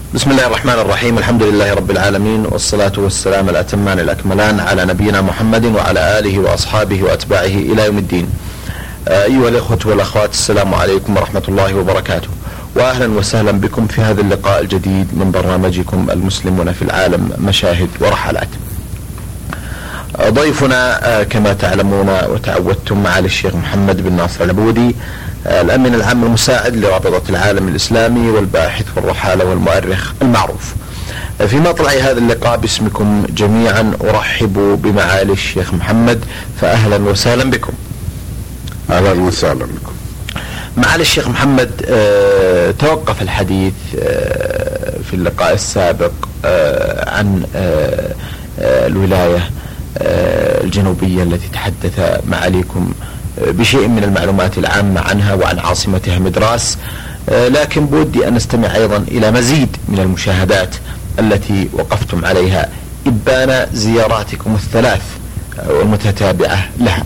بسم الله الرحمن الرحيم. الحمد لله رب العالمين، والصلاة والسلام الأتمان الأكملان على نبينا محمد وعلى آله وأصحابه وأتباعه إلى يوم الدين. أيها الإخوة والأخوات، السلام عليكم ورحمة الله وبركاته، وأهلا وسهلا بكم في هذا اللقاء الجديد من برنامجكم المسلمون في العالم مشاهد ورحلات. ضيفنا كما تعلمون وتعودتم معالي الشيخ محمد بن ناصر العبودي، الأمين العام المساعد لرابطة العالم الإسلامي والباحث والرحالة والمؤرخ المعروف. في مطلع هذا اللقاء باسمكم جميعا أرحب بمعالي الشيخ محمد، فأهلا وسهلا بكم. أهلا وسهلا بكم. معالي الشيخ محمد، توقف الحديث في اللقاء السابق عن الولاية الجنوبية التي تحدث معاليكم بشيء من المعلومات العامة عنها وعن عاصمتها مدراس، لكن بودي أن نستمع أيضا إلى مزيد من المشاهدات التي وقفتم عليها إبان زياراتكم الثلاث والمتتابعة لها.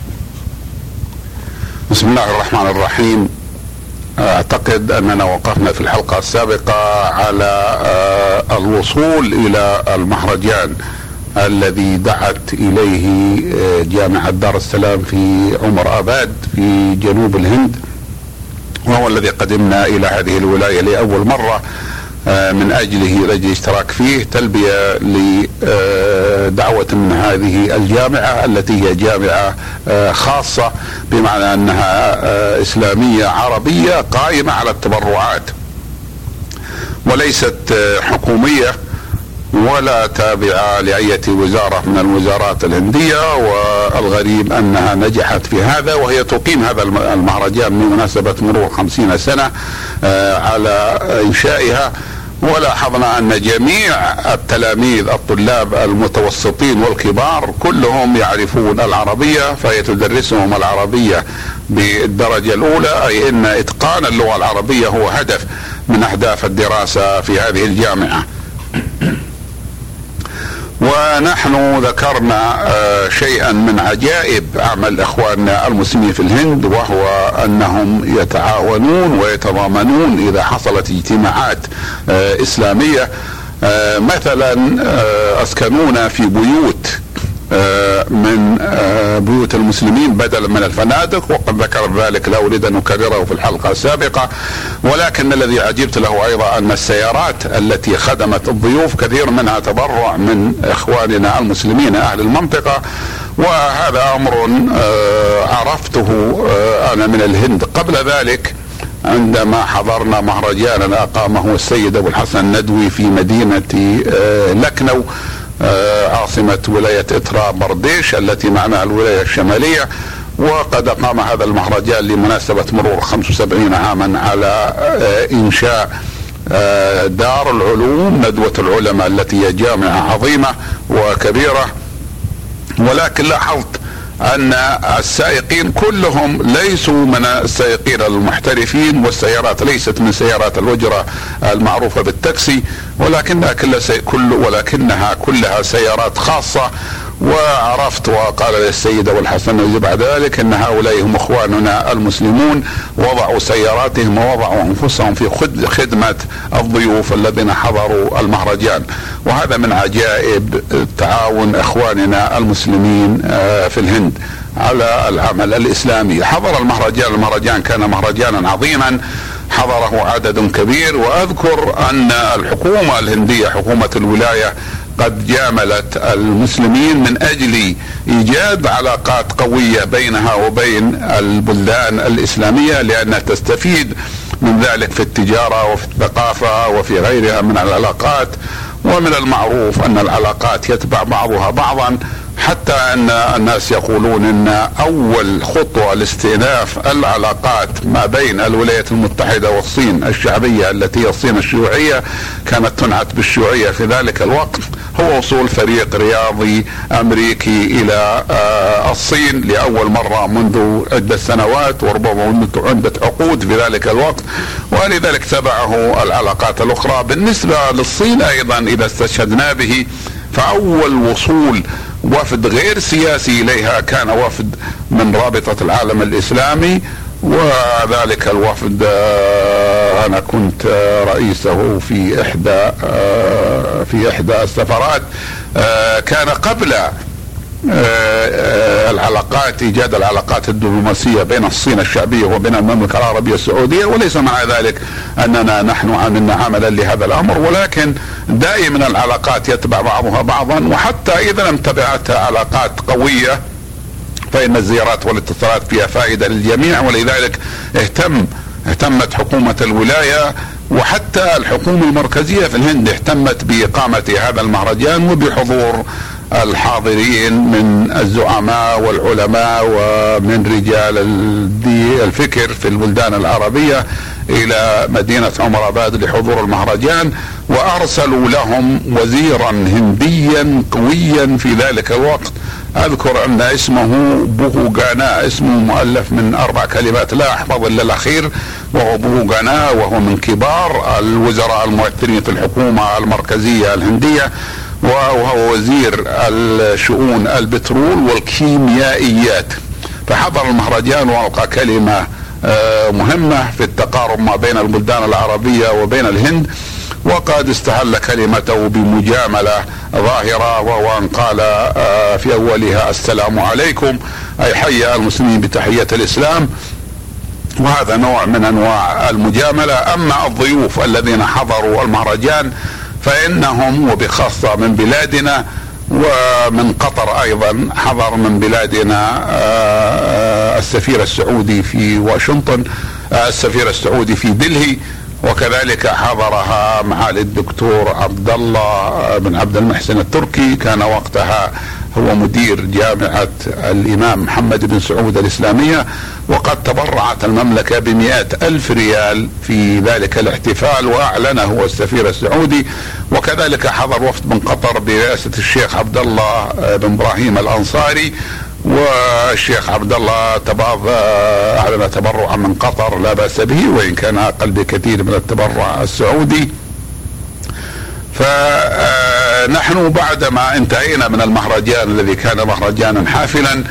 بسم الله الرحمن الرحيم. أعتقد أننا وقفنا في الحلقة السابقة على الوصول إلى المهرجان الذي دعت إليه جامعة دار السلام في عمر آباد في جنوب الهند، وهو الذي قدمنا إلى هذه الولاية لأول مرة من أجل الاشتراك فيه، تلبية لدعوة من هذه الجامعة التي هي جامعة خاصة، بمعنى أنها إسلامية عربية قائمة على التبرعات وليست حكومية ولا تابعة لأية وزارة من الوزارات الهندية. والغريب أنها نجحت في هذا، وهي تقيم هذا المهرجان بمناسبة مرور 50 سنة على إنشائها. ولاحظنا أن جميع التلاميذ الطلاب المتوسطين والكبار كلهم يعرفون العربية، فهي تدرسهم العربية بالدرجة الأولى، أي أن إتقان اللغة العربية هو هدف من أهداف الدراسة في هذه الجامعة. ونحن ذكرنا شيئا من عجائب عمل اخواننا المسلمين في الهند، وهو انهم يتعاونون ويتضامنون اذا حصلت اجتماعات اسلامية. مثلا اسكنونا في بيوت من بيوت المسلمين بدلا من الفنادق، وقد ذكر ذلك، لا اريد ان اكرره في الحلقه السابقه. ولكن الذي عجبت له ايضا ان السيارات التي خدمت الضيوف كثير منها تبرع من اخواننا المسلمين اهل المنطقه، وهذا امر عرفته انا من الهند قبل ذلك عندما حضرنا مهرجانا اقامه السيد ابو الحسن الندوي في مدينه لكنو عاصمة ولاية اترا برديش التي معناها الولاية الشمالية. وقد قام هذا المهرجان لمناسبة مرور 75 عاما على إنشاء دار العلوم ندوة العلماء التي هي جامعة عظيمة وكبيرة. ولكن لاحظت أن السائقين كلهم ليسوا من السائقين المحترفين، والسيارات ليست من سيارات الأجرة المعروفة بالتاكسي، ولكنها كلها سيارات خاصة. وعرفت وقال للسيد أبو الحسن بعد ذلك أن هؤلاء هم إخواننا المسلمون، وضعوا سياراتهم ووضعوا أنفسهم في خدمة الضيوف الذين حضروا المهرجان. وهذا من عجائب تعاون إخواننا المسلمين في الهند على العمل الإسلامي. حضر المهرجان كان مهرجانا عظيما حضره عدد كبير. وأذكر أن الحكومة الهندية حكومة الولاية قد جاملت المسلمين من أجل إيجاد علاقات قوية بينها وبين البلدان الإسلامية، لأنها تستفيد من ذلك في التجارة وفي الثقافة وفي غيرها من العلاقات. ومن المعروف أن العلاقات يتبع بعضها بعضا، حتى أن الناس يقولون أن أول خطوة لاستئناف العلاقات ما بين الولايات المتحدة والصين الشعبية التي هي الصين الشيوعية كانت تنعت بالشيوعية في ذلك الوقت، هو وصول فريق رياضي أمريكي إلى الصين لأول مرة منذ عدة سنوات، وربما منذ عدة عقود في ذلك الوقت. ولذلك تبعه العلاقات الأخرى. بالنسبة للصين أيضا إذا استشهدنا به، فأول وصول وفد غير سياسي إليها كان وفد من رابطة العالم الإسلامي، وذلك الوفد أنا كنت رئيسه في إحدى السفرات. كان قبل إيجاد العلاقات الدبلوماسية بين الصين الشعبية وبين المملكة العربية السعودية، وليس مع ذلك أننا نحن عملنا عملا لهذا الأمر، ولكن دائما العلاقات يتبع بعضها بعضا، وحتى إذا لم تبعتها علاقات قوية فإن الزيارات والاتصالات فيها فائدة للجميع. ولذلك اهتمت حكومة الولاية وحتى الحكومة المركزية في الهند اهتمت بإقامة هذا المهرجان وبحضور الحاضرين من الزعماء والعلماء ومن رجال الفكر في البلدان العربية إلى مدينة عمر آباد لحضور المهرجان، وأرسلوا لهم وزيرا هنديا قويا في ذلك الوقت. أذكر أن اسمه بوغانا، اسمه مؤلف من 4 كلمات لا أحفظ إلا الأخير، وهو بوغانا، وهو من كبار الوزراء المؤثرين في الحكومة المركزية الهندية، وهو وزير الشؤون البترول والكيميائيات. فحضر المهرجان وألقى كلمة مهمة في التقارب ما بين البلدان العربية وبين الهند، وقد استهل كلمته بمجاملة ظاهرة، وهو أن قال في أولها السلام عليكم، أي حيا المسلمين بتحية الإسلام، وهذا نوع من أنواع المجاملة. أما الضيوف الذين حضروا المهرجان فإنهم وبخاصة من بلادنا ومن قطر أيضا، حضر من بلادنا السفير السعودي في واشنطن، السفير السعودي في دلهي، وكذلك حضرها معالي الدكتور عبد الله بن عبد المحسن التركي، كان وقتها هو مدير جامعة الإمام محمد بن سعود الإسلامية، وقد تبرعت المملكة ب100,000 ريال في ذلك الاحتفال وأعلنه السفير السعودي. وكذلك حضر وفد من قطر برئاسة الشيخ عبد الله بن إبراهيم الأنصاري، والشيخ عبد الله أعلن تبرعا من قطر لا بأس به، وإن كان أقل بكثير من التبرع السعودي. فنحن بعدما انتهينا من المهرجان الذي كان مهرجانا حافلا،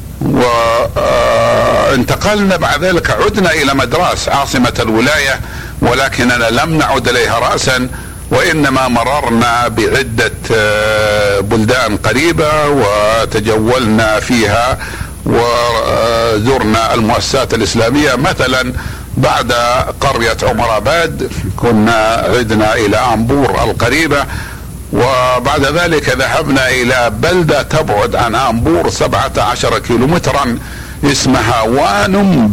وانتقلنا بعد ذلك، عدنا إلى مدراس عاصمة الولاية، ولكننا لم نعد إليها رأسا، وإنما مررنا بعدة بلدان قريبة وتجولنا فيها وزرنا المؤسسات الإسلامية. مثلا بعد قرية عمر آباد كنا عدنا إلى أنبور القريبة، وبعد ذلك ذهبنا إلى بلدة تبعد عن أنبور 17 كيلومترا اسمها وانم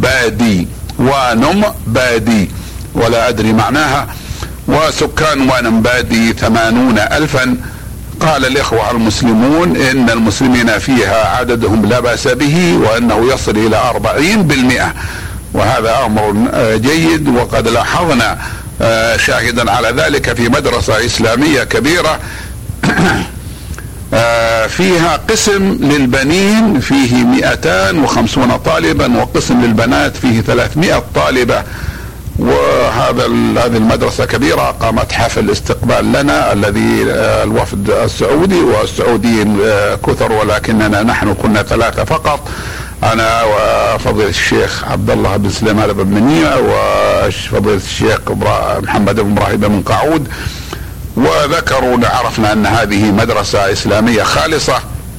بادي ولا أدري معناها، وسكان وانم بادي 80,000. قال الإخوة المسلمون إن المسلمين فيها عددهم لا بأس به، وأنه يصل إلى 40%، وهذا أمر جيد. وقد لاحظنا شاهدا على ذلك في مدرسة إسلامية كبيرة فيها قسم للبنين فيه 250 طالبا، وقسم للبنات فيه 300 طالبة. وهذه المدرسة كبيرة، قامت حفل استقبال لنا الذي الوفد السعودي، والسعوديين كثر ولكننا نحن كنا 3 فقط، أنا وفضيلة الشيخ عبد الله بن سليمان بن منيع وفضيلة الشيخ محمد بن إبراهيم بن قعود. وذكروا عرفنا أن هذه مدرسة إسلامية خالصة،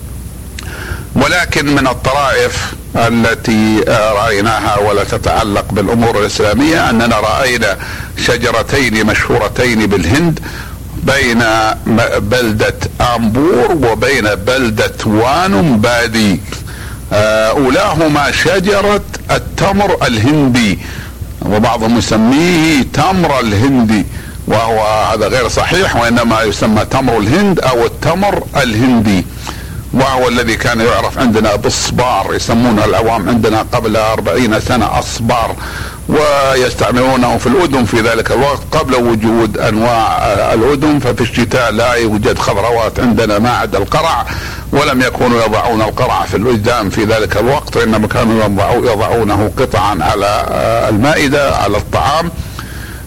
ولكن من الطرائف التي رأيناها ولا تتعلق بالأمور الإسلامية أننا رأينا شجرتين مشهورتين بالهند بين بلدة أنبور وبين بلدة وانم بادي، أولاهما شجرة التمر الهندي، وبعضهم يسميه تمر الهندي، وهو هذا غير صحيح، وإنما يسمى تمر الهند أو التمر الهندي، وهو الذي كان يعرف عندنا بالصبار، يسمونه العوام عندنا قبل 40 سنة أصبار، ويستعملونه في الأذن في ذلك الوقت قبل وجود أنواع الأذن. ففي الشتاء لا يوجد خضروات عندنا ما عدا القرع، ولم يكونوا يضعون القرع في الوجدان في ذلك الوقت، وإنما كانوا يضعونه قطعا على المائدة على الطعام.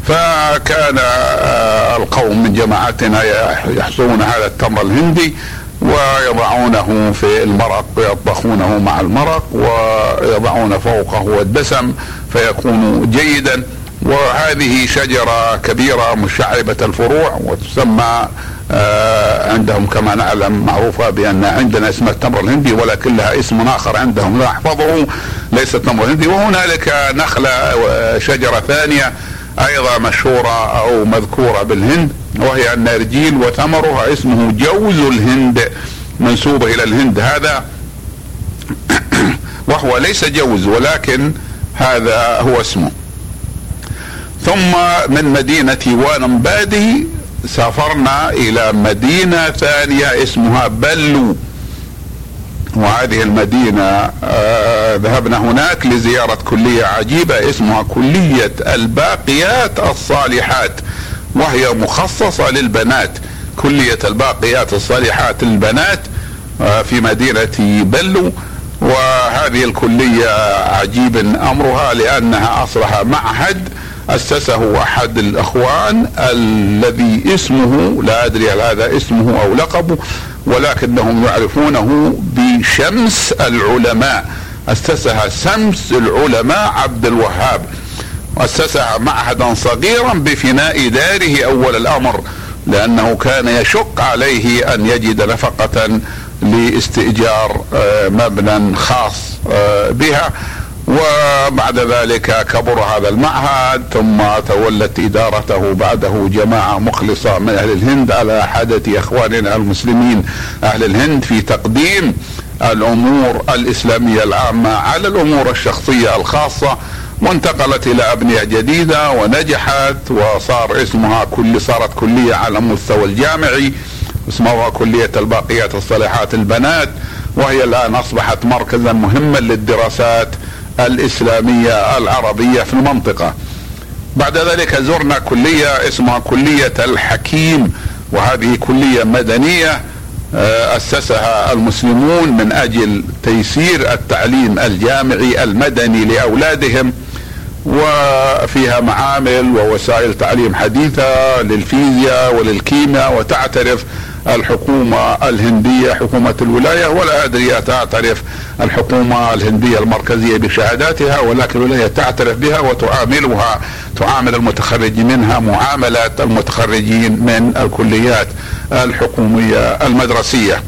فكان القوم من جماعتنا يحصون هذا التمر الهندي، ويضعونه في المرق ويطبخونه مع المرق ويضعون فوقه الدسم فيكون جيدا. وهذه شجرة كبيرة مشعبة الفروع وتسمى عندهم كما نعلم معروفة بأن عندنا اسم التمر الهندي، ولكن لها اسم آخر عندهم لا أحفظه، ليس التمر الهندي. وهنالك نخلة شجرة ثانية أيضا مشهورة أو مذكورة بالهند وهي النرجيل، وثمرها اسمه جوز الهند منسوبة إلى الهند هذا، وهو ليس جوز ولكن هذا هو اسمه. ثم من مدينة وانمبادي سافرنا إلى مدينة ثانية اسمها بلو، وهذه المدينة ذهبنا هناك لزيارة كلية عجيبة اسمها كلية الباقيات الصالحات، وهي مخصصة للبنات، كلية الباقيات الصالحات للبنات في مدينة بلو. وهذه الكلية عجيب أمرها لأنها أصلها معهد أسسه أحد الأخوان الذي اسمه لا أدري هل هذا اسمه أو لقبه، ولكنهم يعرفونه بشمس العلماء، أسسها شمس العلماء عبد الوهاب، أسسها معهدا صغيرا بفناء داره أول الأمر، لأنه كان يشق عليه أن يجد نفقة لاستئجار مبنى خاص بها. وبعد ذلك كبر هذا المعهد، ثم تولت إدارته بعده جماعة مخلصة من أهل الهند على حدة أخواننا المسلمين أهل الهند في تقديم الأمور الإسلامية العامة على الأمور الشخصية الخاصة، وانتقلت إلى أبنية جديدة ونجحت وصار اسمها صارت كلية على المستوى الجامعي، اسمها كلية الباقيات الصالحات البنات، وهي الآن أصبحت مركزا مهما للدراسات الإسلامية العربية في المنطقة. بعد ذلك زرنا كلية اسمها كلية الحكيم، وهذه كلية مدنية أسسها المسلمون من أجل تيسير التعليم الجامعي المدني لأولادهم، وفيها معامل ووسائل تعليم حديثة للفيزياء وللكيمياء، وتعترف الحكومة الهندية حكومة الولاية، ولا أدري تعترف الحكومة الهندية المركزية بشهاداتها، ولكن الولاية تعترف بها تعامل المتخرجين منها معاملة المتخرجين من الكليات الحكومية المدرسية.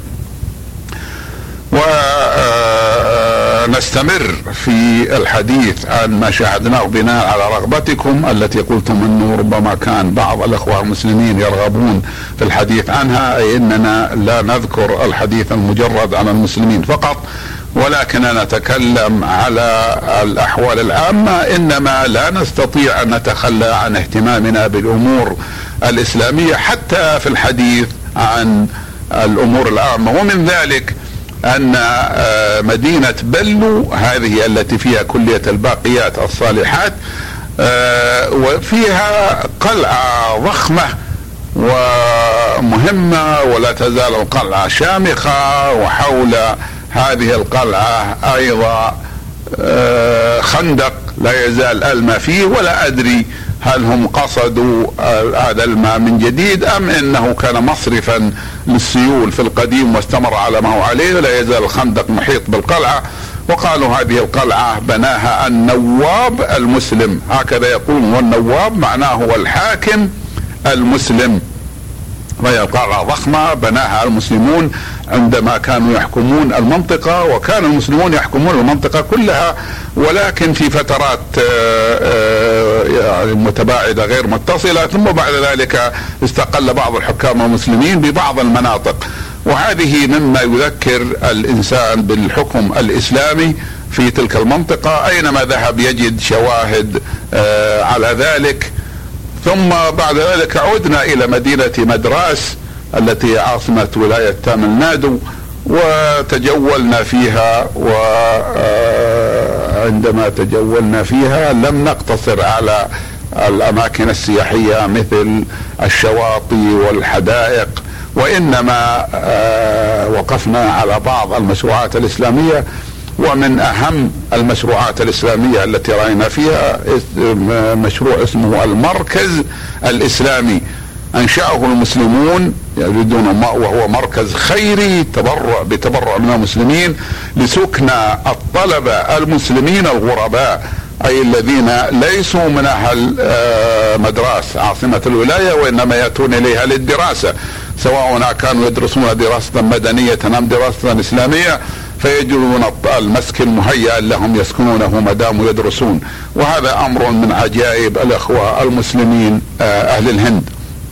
ونستمر في الحديث عن ما شاهدناه بناء على رغبتكم التي قلتم انه ربما كان بعض الاخوة المسلمين يرغبون في الحديث عنها، اي اننا لا نذكر الحديث المجرد عن المسلمين فقط، ولكننا نتكلم على الاحوال العامة، انما لا نستطيع ان نتخلى عن اهتمامنا بالامور الاسلامية حتى في الحديث عن الامور العامة. ومن ذلك أن مدينة بلو هذه التي فيها كلية الباقيات الصالحات وفيها قلعة ضخمة ومهمة ولا تزال القلعة شامخة، وحول هذه القلعة أيضا خندق لا يزال الماء فيه، ولا أدري هل هم قصدوا هذا الماء من جديد أم إنه كان مصرفا للسيول في القديم واستمر على ما هو عليه، ولا يزال الخندق محيط بالقلعة. وقالوا هذه القلعة بناها النواب المسلم، هكذا يقولون، والنواب معناه هو الحاكم المسلم، وهي قلعة ضخمة بناها المسلمون عندما كانوا يحكمون المنطقة، وكان المسلمون يحكمون المنطقة كلها، ولكن في فترات يعني متباعدة غير متصلة، ثم بعد ذلك استقل بعض الحكام المسلمين ببعض المناطق. وهذه مما يذكر الإنسان بالحكم الإسلامي في تلك المنطقة، أينما ذهب يجد شواهد على ذلك. ثم بعد ذلك عدنا إلى مدينة مدراس التي عاصمة ولاية تامل نادو، وتجولنا فيها، وعندما تجولنا فيها لم نقتصر على الأماكن السياحية مثل الشواطئ والحدائق، وإنما وقفنا على بعض المشروعات الإسلامية. ومن أهم المشروعات الإسلامية التي رأينا فيها مشروع اسمه المركز الإسلامي، أنشأه المسلمون يريدون وهو مركز خيري بتبرع من المسلمين لسكنى الطلبة المسلمين الغرباء، أي الذين ليسوا من أهل مدرسة عاصمة الولاية وإنما يأتون إليها للدراسة، سواء كانوا يدرسون دراسة مدنية أم دراسة إسلامية، فيجدون المسكن مهيئا لهم يسكنونه ما داموا يدرسون. وهذا أمر من عجائب الأخوة المسلمين أهل الهند.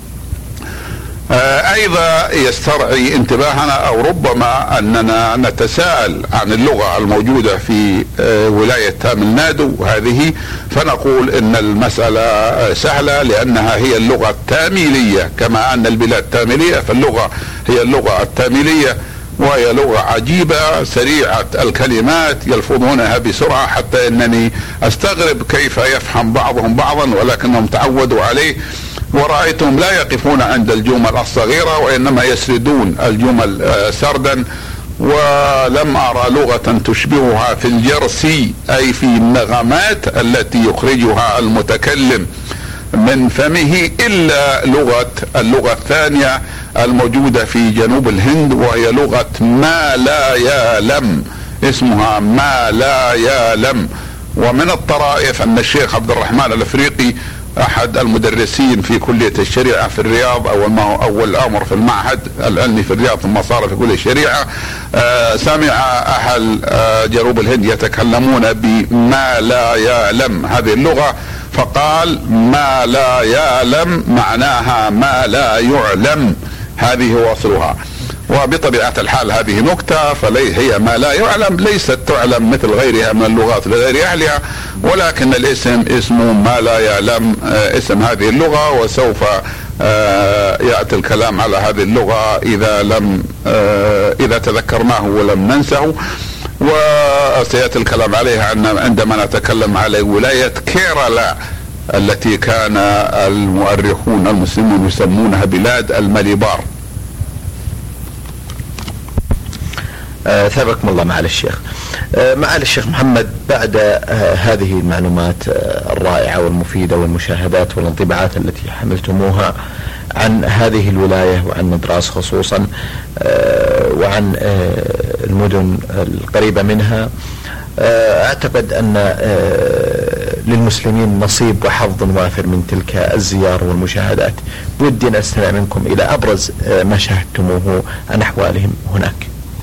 ايضا يسترعي انتباهنا او ربما اننا نتساءل عن اللغة الموجودة في ولاية تامل نادو هذه، فنقول ان المسألة سهلة لانها هي اللغة التاميلية، كما ان البلاد تاميلية فاللغة هي اللغة التاميلية، وهي لغة عجيبة سريعة الكلمات يلفظونها بسرعة حتى انني استغرب كيف يفهم بعضهم بعضا، ولكنهم تعودوا عليه. ورأيتهم لا يقفون عند الجمل الصغيرة وإنما يسردون الجمل سردا. ولم أرى لغة تشبهها في الجرسي، أي في النغمات التي يخرجها المتكلم من فمه، إلا اللغة الثانية الموجودة في جنوب الهند، وهي لغة ما لا يعلم، اسمها ما لا يعلم. ومن الطرائف أن الشيخ عبد الرحمن الأفريقي احد المدرسين في كلية الشريعة في الرياض، اول امر في المعهد العلمي في الرياض ثم صار في كلية الشريعة، سمع اهل جنوب الهند يتكلمون بما لا يعلم هذه اللغة، فقال ما لا يعلم معناها ما لا يعلم، هذه وصلها. وبطبيعة الحال هذه نكتة، هي ما لا يعلم ليست تعلم مثل غيرها من اللغات لغير أهلها، ولكن الاسم اسمه ما لا يعلم اسم هذه اللغة. وسوف يأتي الكلام على هذه اللغة إذا تذكرناه ولم ننسه، وسيأتي الكلام عليها عندما نتكلم على ولاية كيرالا التي كان المؤرخون المسلمون يسمونها بلاد المليبار. ثابكم الله معالي الشيخ. معالي الشيخ محمد، بعد هذه المعلومات الرائعة والمفيدة والمشاهدات والانطباعات التي حملتموها عن هذه الولاية وعن مدراس خصوصا وعن المدن القريبة منها، أعتقد أن للمسلمين نصيب وحظ وافر من تلك الزيارة والمشاهدات. بودي أن أستمع منكم إلى أبرز ما شاهدتموه عن أحوالهم هناك.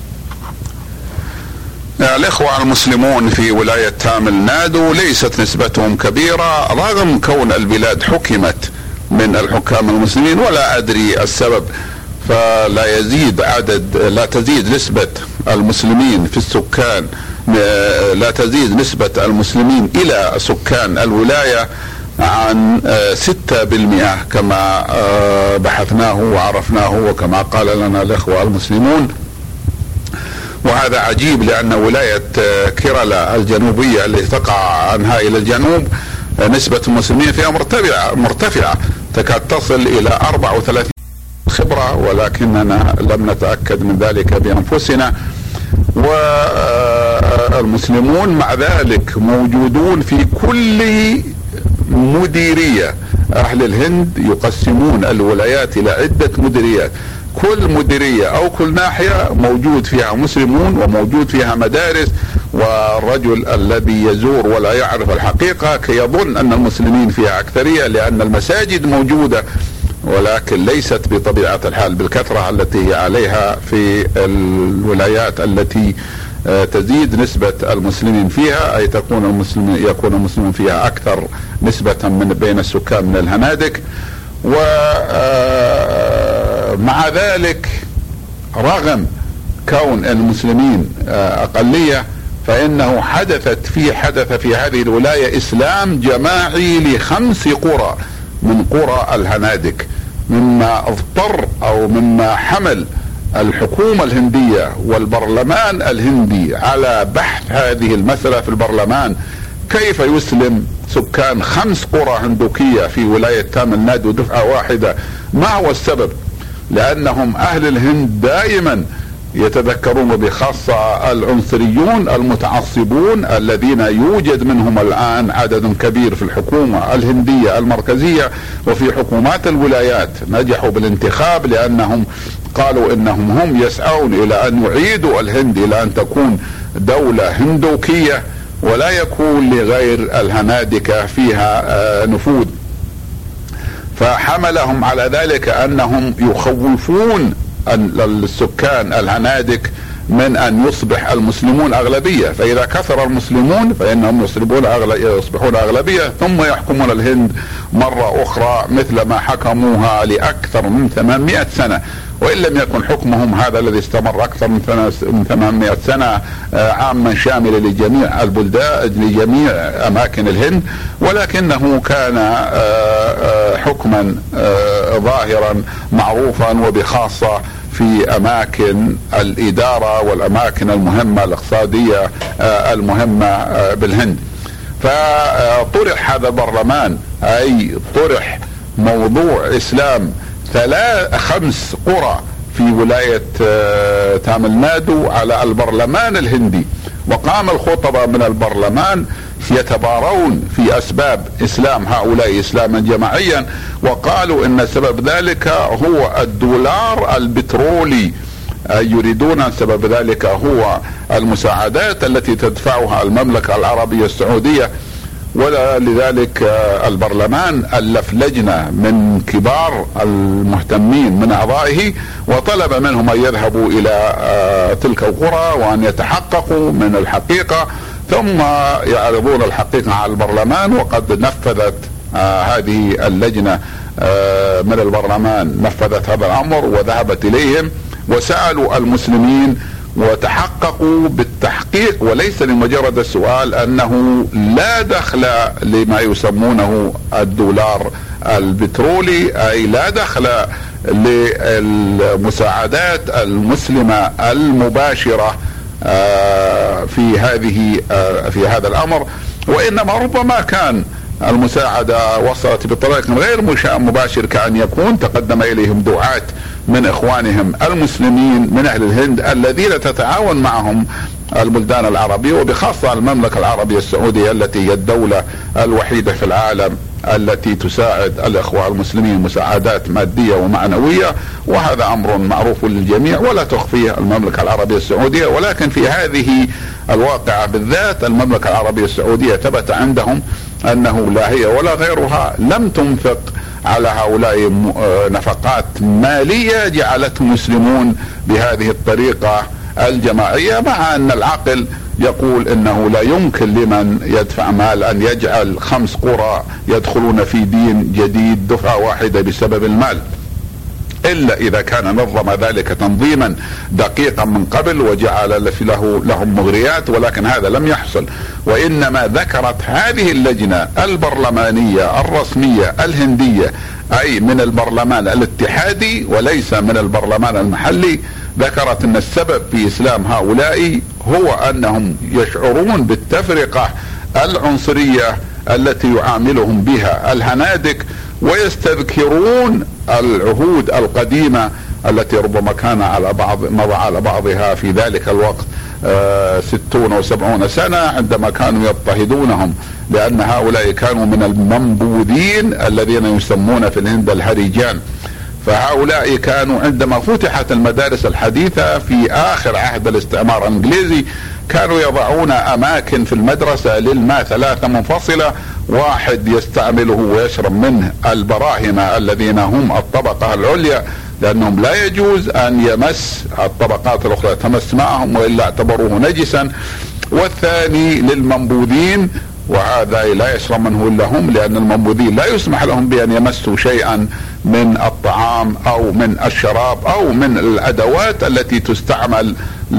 الإخوة المسلمون في ولاية تامل نادو ليست نسبتهم كبيرة رغم كون البلاد حكمت من الحكام المسلمين، ولا أدري السبب، لا تزيد نسبة المسلمين في السكان، لا تزيد نسبة المسلمين إلى سكان الولاية عن 6% كما بحثناه وعرفناه وكما قال لنا الإخوة المسلمون. وهذا عجيب لأن ولاية كيرالا الجنوبية التي تقع عنها إلى الجنوب نسبة المسلمين فيها مرتفعة تكاد تصل إلى 34 خبرة، ولكننا لم نتأكد من ذلك بأنفسنا. والمسلمون مع ذلك موجودون في كل مديرية. أهل الهند يقسمون الولايات إلى عدة مديريات، كل مديرية أو كل ناحية موجود فيها مسلمون وموجود فيها مدارس، والرجل الذي يزور ولا يعرف الحقيقة كي يظن أن المسلمين فيها أكثرية، لأن المساجد موجودة ولكن ليست بطبيعة الحال بالكثرة التي هي عليها في الولايات التي تزيد نسبة المسلمين فيها، أي يكون المسلمون فيها أكثر نسبة من بين السكان من الهنادك. ومع ذلك رغم كون المسلمين أقلية فإنه حدث في هذه الولاية إسلام جماعي ل5 قرى من قرى الهنادك، مما اضطر أو مما حمل الحكومة الهندية والبرلمان الهندي على بحث هذه المسألة في البرلمان، كيف يسلم سكان 5 قرى هندوكية في ولاية تامل نادو دفعة واحدة. ما هو السبب؟ لأنهم أهل الهند دائما يتذكرون، وبخاصة العنصريون المتعصبون الذين يوجد منهم الآن عدد كبير في الحكومة الهندية المركزية وفي حكومات الولايات، نجحوا بالانتخاب لأنهم قالوا إنهم هم يسعون إلى أن يعيدوا الهند إلى أن تكون دولة هندوكية ولا يكون لغير الهنادكة فيها نفوذ. فحملهم على ذلك أنهم يخوفون السكان الهنادك من أن يصبح المسلمون أغلبية، فإذا كثر المسلمون فإنهم يصبحون أغلبية ثم يحكمون الهند مرة أخرى مثل ما حكموها لأكثر من 800 سنة، وإن لم يكن حكمهم هذا الذي استمر أكثر من 800 سنة عاما شاملا لجميع البلدان لجميع أماكن الهند، ولكنه كان حكما ظاهرا معروفا وبخاصة في أماكن الإدارة والأماكن المهمة الاقتصادية المهمة بالهند. فطرح هذا البرلمان، أي طرح موضوع إسلام 5 قرى في ولاية تامل نادو على البرلمان الهندي، وقام الخطباء من البرلمان يتبارون في أسباب إسلام هؤلاء إسلاما جماعيا، وقالوا إن سبب ذلك هو الدولار البترولي، يريدون سبب ذلك هو المساعدات التي تدفعها المملكة العربية السعودية. ولذلك البرلمان ألف لجنة من كبار المهتمين من أعضائه وطلب منهم أن يذهبوا إلى تلك القرى وأن يتحققوا من الحقيقة ثم يعرضون الحقيقة على البرلمان. وقد نفذت هذه اللجنة من البرلمان نفذت هذا الأمر وذهبت إليهم وسألوا المسلمين وتحققوا بالتحقيق، وليس لمجرد السؤال، أنه لا دخل لما يسمونه الدولار البترولي، أي لا دخل للمساعدات المسلمة المباشرة في هذا الأمر، وإنما ربما كان المساعدة وصلت بطريقة غير مباشر، كأن يكون تقدم إليهم دعاة من إخوانهم المسلمين من أهل الهند الذين تتعاون معهم البلدان العربية وبخاصة المملكة العربية السعودية التي هي الدولة الوحيدة في العالم التي تساعد الإخوة المسلمين مساعدات مادية ومعنوية، وهذا أمر معروف للجميع ولا تخفيه المملكة العربية السعودية. ولكن في هذه الواقعة بالذات المملكة العربية السعودية ثبت عندهم أنه لا هي ولا غيرها لم تنفق على هؤلاء نفقات مالية جعلتهم يسلمون بهذه الطريقة الجماعية، مع أن العقل يقول انه لا يمكن لمن يدفع مال ان يجعل 5 قرى يدخلون في دين جديد دفعة واحدة بسبب المال، الا اذا كان نظم ذلك تنظيما دقيقا من قبل وجعل لهم مغريات، ولكن هذا لم يحصل. وانما ذكرت هذه اللجنة البرلمانية الرسمية الهندية، اي من البرلمان الاتحادي وليس من البرلمان المحلي، ذكرت ان السبب في اسلام هؤلاء هو انهم يشعرون بالتفرقة العنصرية التي يعاملهم بها الهنادك، ويستذكرون العهود القديمة التي ربما كان مضى على بعضها في ذلك الوقت 60 و70 سنة، عندما كانوا يضطهدونهم لأن هؤلاء كانوا من المنبوذين الذين يسمون في الهند الهريجان. فهؤلاء كانوا عندما فتحت المدارس الحديثة في آخر عهد الاستعمار الإنجليزي كانوا يضعون أماكن في المدرسة للماء 3 منفصلة، واحد يستعمله ويشرب منه البراهمة الذين هم الطبقة العليا، لأنهم لا يجوز أن يمس الطبقات الأخرى تمس معهم وإلا اعتبروه نجسا، والثاني للمنبوذين وهذا لا يشرب منه إلا هم، لأن المنبوذين لا يسمح لهم بأن يمسوا شيئا من الطعام أو من الشراب أو من الأدوات التي تستعمل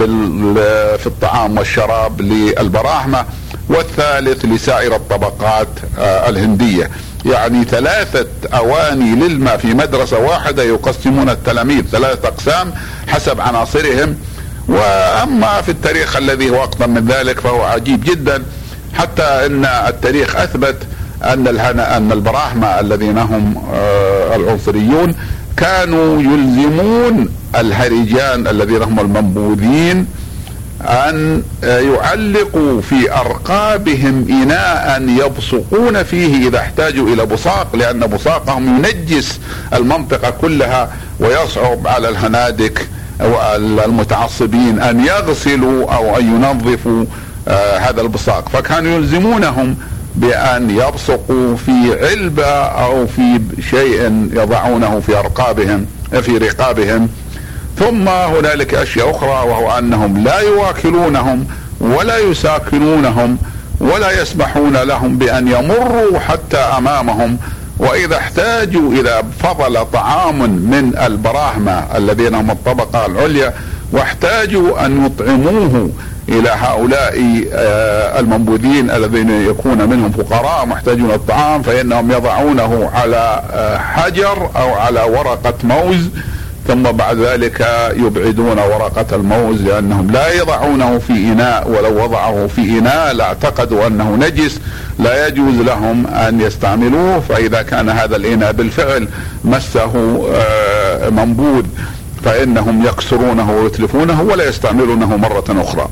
في الطعام والشراب للبراهمة، والثالث لسائر الطبقات الهندية. يعني 3 أواني للماء في مدرسة واحدة يقسمون التلاميذ 3 أقسام حسب عناصرهم. وأما في التاريخ الذي هو أقدم من ذلك فهو عجيب جدا، حتى ان التاريخ اثبت ان البراهمة الذين هم العنصريون كانوا يلزمون الهرجان الذين هم المنبوذين أن يعلقوا في أرقابهم إناء يبصقون فيه إذا احتاجوا إلى بصاق، لأن بصاقهم ينجس المنطقة كلها، ويصعب على الهنادك والمتعصبين أن يغسلوا أو أن ينظفوا هذا البصاق. فكانوا يلزمونهم بأن يبصقوا في علبة أو في شيء يضعونه في أرقابهم في رقابهم. ثم هنالك أشياء أخرى، وهو أنهم لا يواكلونهم ولا يساكنونهم ولا يسمحون لهم بأن يمروا حتى أمامهم، وإذا احتاجوا إذا فضل طعام من البراهمة الذين هم الطبقة العليا واحتاجوا أن يطعموه إلى هؤلاء المنبوذين الذين يكون منهم فقراء محتاجون الطعام، فإنهم يضعونه على حجر أو على ورقة موز، ثم بعد ذلك يبعدون ورقة الموز، لأنهم لا يضعونه في إناء، ولو وضعه في إناء لاعتقدوا أنه نجس، لا يجوز لهم أن يستعملوه. فإذا كان هذا الإناء بالفعل مسه منبوذ فإنهم يكسرونه ويتلفونه ولا يستعملونه مرة أخرى.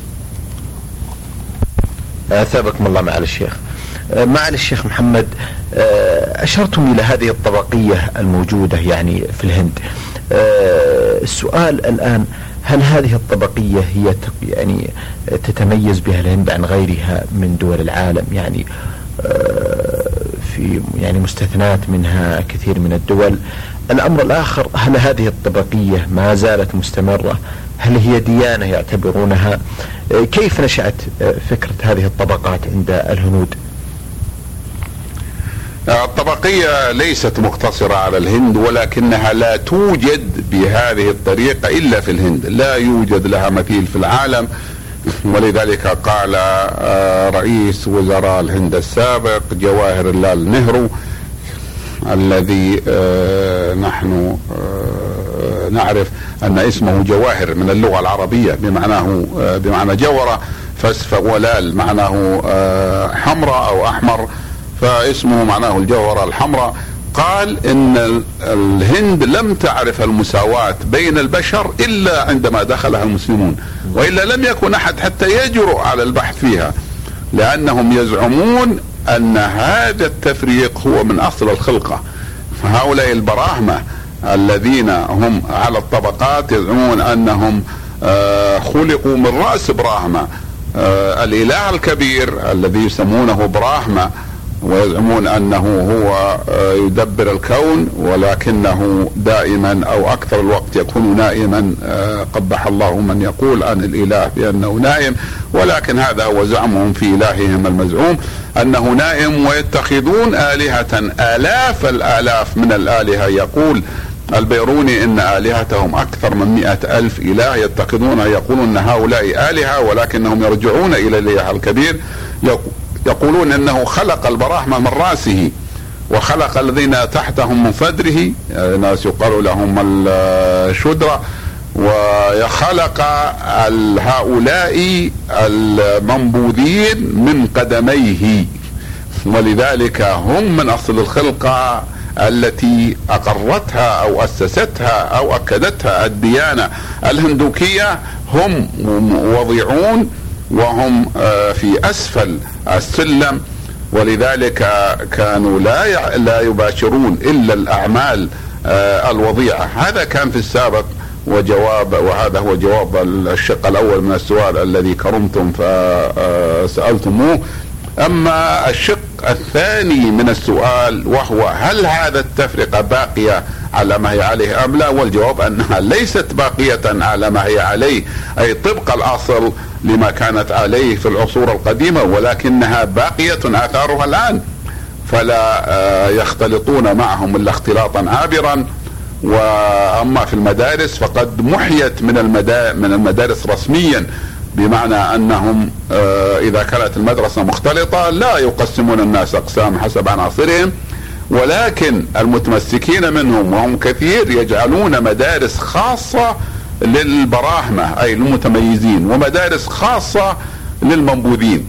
أثابكم الله معالي الشيخ. معالي الشيخ محمد، أشرتم إلى هذه الطبقية الموجودة يعني في الهند. السؤال الآن، هل هذه الطبقية هي يعني تتميز بها الهند عن غيرها من دول العالم؟ يعني في يعني مستثنات منها كثير من الدول. الأمر الآخر، هل هذه الطبقية ما زالت مستمرة؟ هل هي ديانة يعتبرونها؟ كيف نشأت فكرة هذه الطبقات عند الهنود؟ الطبقية ليست مقتصرة على الهند، ولكنها لا توجد بهذه الطريقة إلا في الهند، لا يوجد لها مثيل في العالم. ولذلك قال رئيس وزراء الهند السابق جواهر لال نهرو، الذي نحن نعرف أن اسمه جواهر من اللغة العربية بمعنى جورة، ولال معناه حمراء أو أحمر، فاسمه معناه الجوهرة الحمراء. قال إن الهند لم تعرف المساواة بين البشر إلا عندما دخلها المسلمون، وإلا لم يكن أحد حتى يجرؤ على البحث فيها، لأنهم يزعمون أن هذا التفريق هو من أصل الخلقة. فهؤلاء البراهمة الذين هم على الطبقات يزعمون أنهم خلقوا من رأس براهمة، الإله الكبير الذي يسمونه براهمة، ويزعمون أنه هو يدبر الكون، ولكنه دائما أو أكثر الوقت يكون نائما. قبح الله من يقول عن الإله بأنه نائم، ولكن هذا هو زعمهم في إلههم المزعوم أنه نائم. ويتخذون آلهة آلاف الآلاف من الآلهة. يقول البيروني إن آلهتهم أكثر من 100,000 إله يتخذونها، يقولون أن هؤلاء آلهة ولكنهم يرجعون إلى الإله الكبير. يقولون انه خلق البراهمة من رأسه، وخلق الذين تحتهم من صدره، ناس يقال لهم الشدرة، وخلق هؤلاء المنبوذين من قدميه، ولذلك هم من اصل الخلقة التي اقرتها او اسستها او اكدتها الديانة الهندوكية. هم وضيعون وهم في اسفل السلم، ولذلك كانوا لا يباشرون الا الاعمال الوضيعة. هذا كان في السابق وهذا هو جواب الشق الاول من السؤال الذي كرمتم فسألتموه. اما الشق الثاني من السؤال وهو هل هذا التفرقة باقية على ما هي عليه ام لا، والجواب انها ليست باقية على ما هي عليه، اي طبق الاصل لما كانت عليه في العصور القديمة، ولكنها باقية آثارها الآن، فلا يختلطون معهم إلا اختلاطا عابرا. وأما في المدارس فقد محيت من المدارس رسميا، بمعنى أنهم إذا كانت المدرسة مختلطة لا يقسمون الناس أقسام حسب عناصرهم، ولكن المتمسكين منهم وهم كثير يجعلون مدارس خاصة للبراهمة أي المتميزين، ومدارس خاصة للمنبوذين.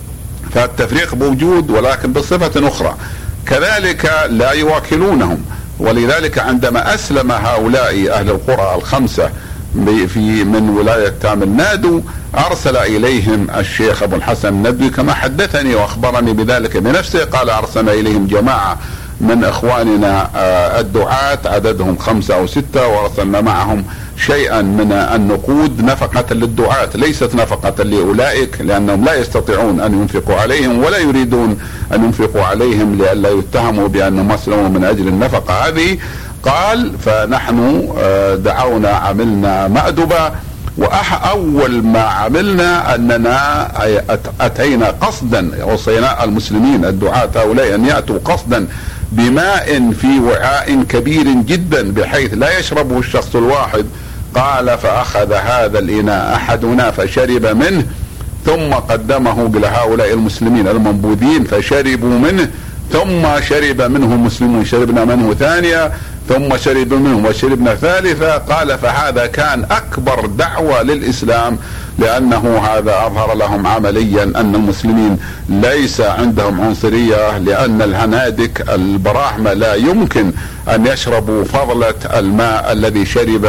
فالتفريق موجود ولكن بصفة أخرى. كذلك لا يواكلونهم، ولذلك عندما أسلم هؤلاء أهل القرى الخمسة من ولاية تامل نادوا، أرسل إليهم الشيخ أبو الحسن الندوي كما حدثني وأخبرني بذلك بنفسه، قال أرسل إليهم جماعة من إخواننا الدعاة عددهم 5 أو 6، وأرسلنا معهم شيئا من النقود نفقة للدعاة، ليست نفقة لأولئك لأنهم لا يستطيعون أن ينفقوا عليهم ولا يريدون أن ينفقوا عليهم لئلا يتهموا بأنهم أسلموا من أجل النفقة هذه. قال فنحن دعونا عملنا مأدبة، وأول ما عملنا أننا أتينا قصدا، وصينا المسلمين الدعاة هؤلاء أن يأتوا قصدا بماء في وعاء كبير جدا بحيث لا يشربه الشخص الواحد. قال فأخذ هذا الإناء أحدنا فشرب منه، ثم قدمه لهؤلاء المسلمين المنبوذين فشربوا منه، ثم شرب منه المسلمون، شربنا منه ثانية، ثم شرب منه وشربنا ثالثة. قال فهذا كان أكبر دعوة للإسلام، لأنه هذا أظهر لهم عمليا أن المسلمين ليس عندهم عنصرية، لأن الهنادك البراحمة لا يمكن أن يشربوا فضلة الماء الذي شرب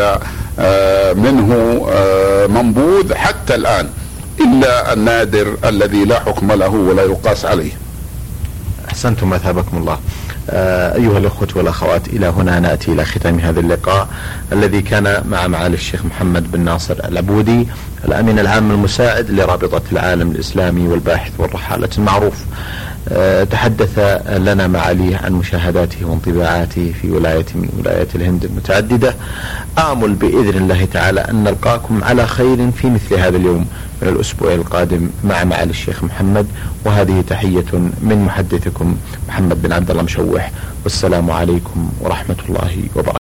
منه منبوذ حتى الآن، إلا النادر الذي لا حكم له ولا يقاس عليه. أحسنتم أثابكم الله. أيها الأخوة والأخوات، إلى هنا نأتي إلى ختام هذا اللقاء الذي كان مع معالي الشيخ محمد بن ناصر العبودي، الأمين العام المساعد لرابطة العالم الإسلامي والباحث والرحالة المعروف. تحدث لنا معاليه عن مشاهداته وانطباعاته في ولاية من ولايات الهند المتعددة. آمل بإذن الله تعالى أن نلقاكم على خير في مثل هذا اليوم من الأسبوع القادم مع معالي الشيخ محمد، وهذه تحية من محدثكم محمد بن عبد الله مشوح، والسلام عليكم ورحمة الله وبركاته.